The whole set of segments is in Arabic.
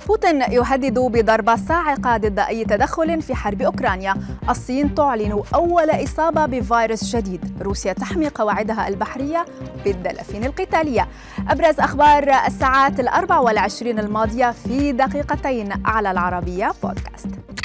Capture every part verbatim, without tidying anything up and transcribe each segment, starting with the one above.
بوتين يهدد بضربة صاعقة ضد أي تدخل في حرب أوكرانيا. الصين تعلن أول إصابة بفيروس جديد. روسيا تحمي قواعدها البحرية بالدلافين القتالية. أبرز أخبار الساعات الأربع والعشرين الماضية في دقيقتين على العربية بودكاست.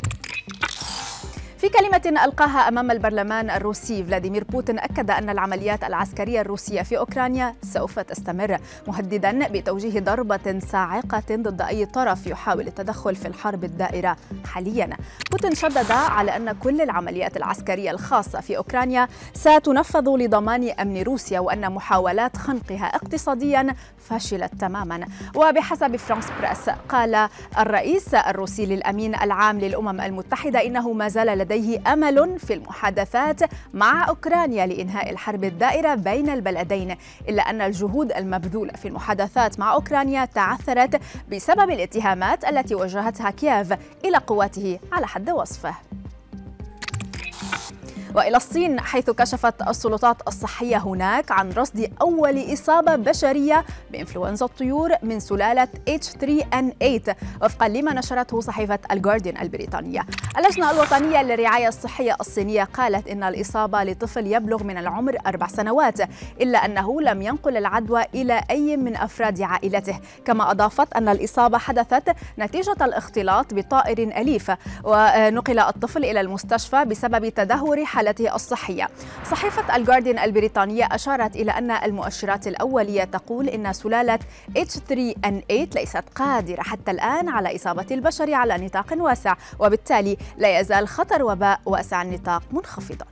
في كلمة ألقاها أمام البرلمان الروسي، فلاديمير بوتين أكد أن العمليات العسكرية الروسية في أوكرانيا سوف تستمر، مهددا بتوجيه ضربة صاعقة ضد أي طرف يحاول التدخل في الحرب الدائرة حاليا. بوتين شدد على أن كل العمليات العسكرية الخاصة في أوكرانيا ستنفذ لضمان أمن روسيا، وأن محاولات خنقها اقتصاديا فشلت تماما. وبحسب فرانس بريس، قال الرئيس الروسي للأمين العام للأمم المتحدة إنه ما زال لديه أمل في المحادثات مع أوكرانيا لإنهاء الحرب الدائرة بين البلدين، إلا أن الجهود المبذولة في المحادثات مع أوكرانيا تعثرت بسبب الاتهامات التي وجهتها كييف إلى قواته على حد وصفه. وإلى الصين، حيث كشفت السلطات الصحية هناك عن رصد أول إصابة بشرية بإنفلونزا الطيور من سلالة إتش ثري إن إيت، وفقا لما نشرته صحيفة الجارديان البريطانية. اللجنة الوطنية للرعاية الصحية الصينية قالت إن الإصابة لطفل يبلغ من العمر أربع سنوات، إلا أنه لم ينقل العدوى إلى أي من أفراد عائلته. كما أضافت أن الإصابة حدثت نتيجة الاختلاط بطائر أليف، ونقل الطفل إلى المستشفى بسبب تدهور حالته الصحية. صحيفة الجارديان البريطانية أشارت إلى أن المؤشرات الأولية تقول إن سلالة إتش ثري إن إيت ليست قادرة حتى الآن على إصابة البشر على نطاق واسع، وبالتالي لا يزال خطر وباء واسع النطاق منخفضا.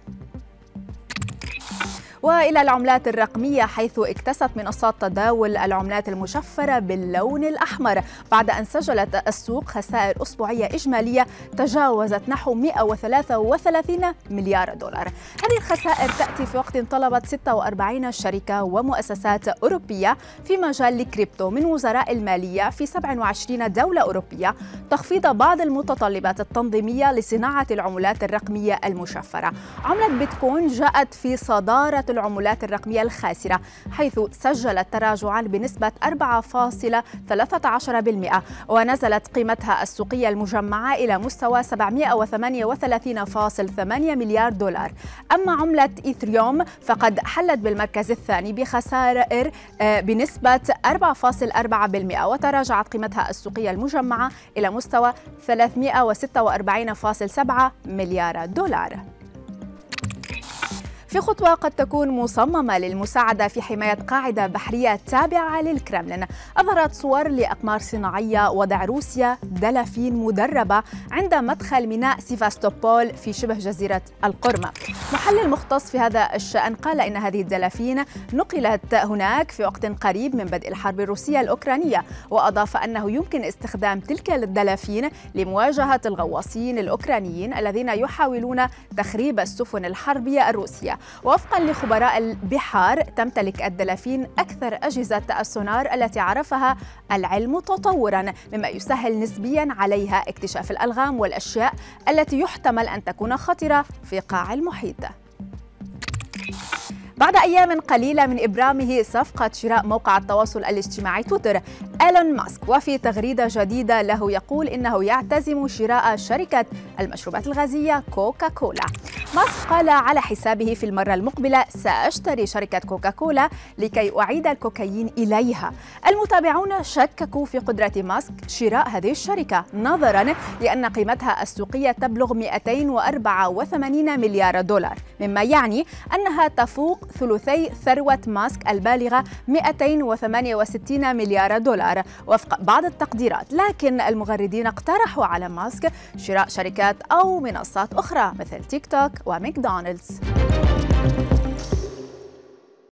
وإلى العملات الرقمية، حيث اكتست منصات تداول العملات المشفرة باللون الأحمر بعد أن سجلت السوق خسائر أسبوعية إجمالية تجاوزت نحو مئة وثلاثة وثلاثين مليار دولار. هذه الخسائر تأتي في وقت طلبت ستة وأربعين شركة ومؤسسات أوروبية في مجال الكريبتو من وزراء المالية في سبع وعشرين دولة أوروبية تخفيض بعض المتطلبات التنظيمية لصناعة العملات الرقمية المشفرة. عملة بيتكوين جاءت في صدارة العملات الرقمية الخاسرة، حيث سجلت تراجعا بنسبة أربعة فاصلة ثلاثة عشر بالمئة، ونزلت قيمتها السوقية المجمعة إلى مستوى سبعمئة وثمانية وثلاثين فاصلة ثمانية مليار دولار. أما عملة إيثريوم فقد حلت بالمركز الثاني بخسائر بنسبة أربعة فاصلة أربعة بالمئة، وتراجعت قيمتها السوقية المجمعة إلى مستوى ثلاثمئة وستة وأربعين فاصلة سبعة مليار دولار. في خطوة قد تكون مصممة للمساعدة في حماية قاعدة بحرية تابعة للكرملين، أظهرت صور لأقمار صناعية وضع روسيا دلافين مدربة عند مدخل ميناء سيفاستوبول في شبه جزيرة القرم. محلل مختص في هذا الشأن قال إن هذه الدلافين نقلت هناك في وقت قريب من بدء الحرب الروسية الأوكرانية، وأضاف أنه يمكن استخدام تلك الدلافين لمواجهة الغواصين الأوكرانيين الذين يحاولون تخريب السفن الحربية الروسية. وفقا لخبراء البحار، تمتلك الدلافين أكثر أجهزة السونار التي عرفها العلم تطورا، مما يسهل نسبيا عليها اكتشاف الألغام والأشياء التي يحتمل أن تكون خطرة في قاع المحيط. بعد أيام قليلة من إبرامه صفقة شراء موقع التواصل الاجتماعي تويتر، إيلون ماسك وفي تغريدة جديدة له يقول إنه يعتزم شراء شركة المشروبات الغازية كوكا كولا. ماسك قال على حسابه في المرة المقبلة: سأشتري شركة كوكا كولا لكي أعيد الكوكايين إليها. المتابعون شككوا في قدرة ماسك شراء هذه الشركة، نظرا لأن قيمتها السوقية تبلغ مئتين وأربعة وثمانين مليار دولار، مما يعني أنها تفوق ثلثي ثروة ماسك البالغة مئتين وثمانية وستين مليار دولار وفق بعض التقديرات. لكن المغردين اقترحوا على ماسك شراء شركات أو منصات أخرى مثل تيك توك وماكدونالدز.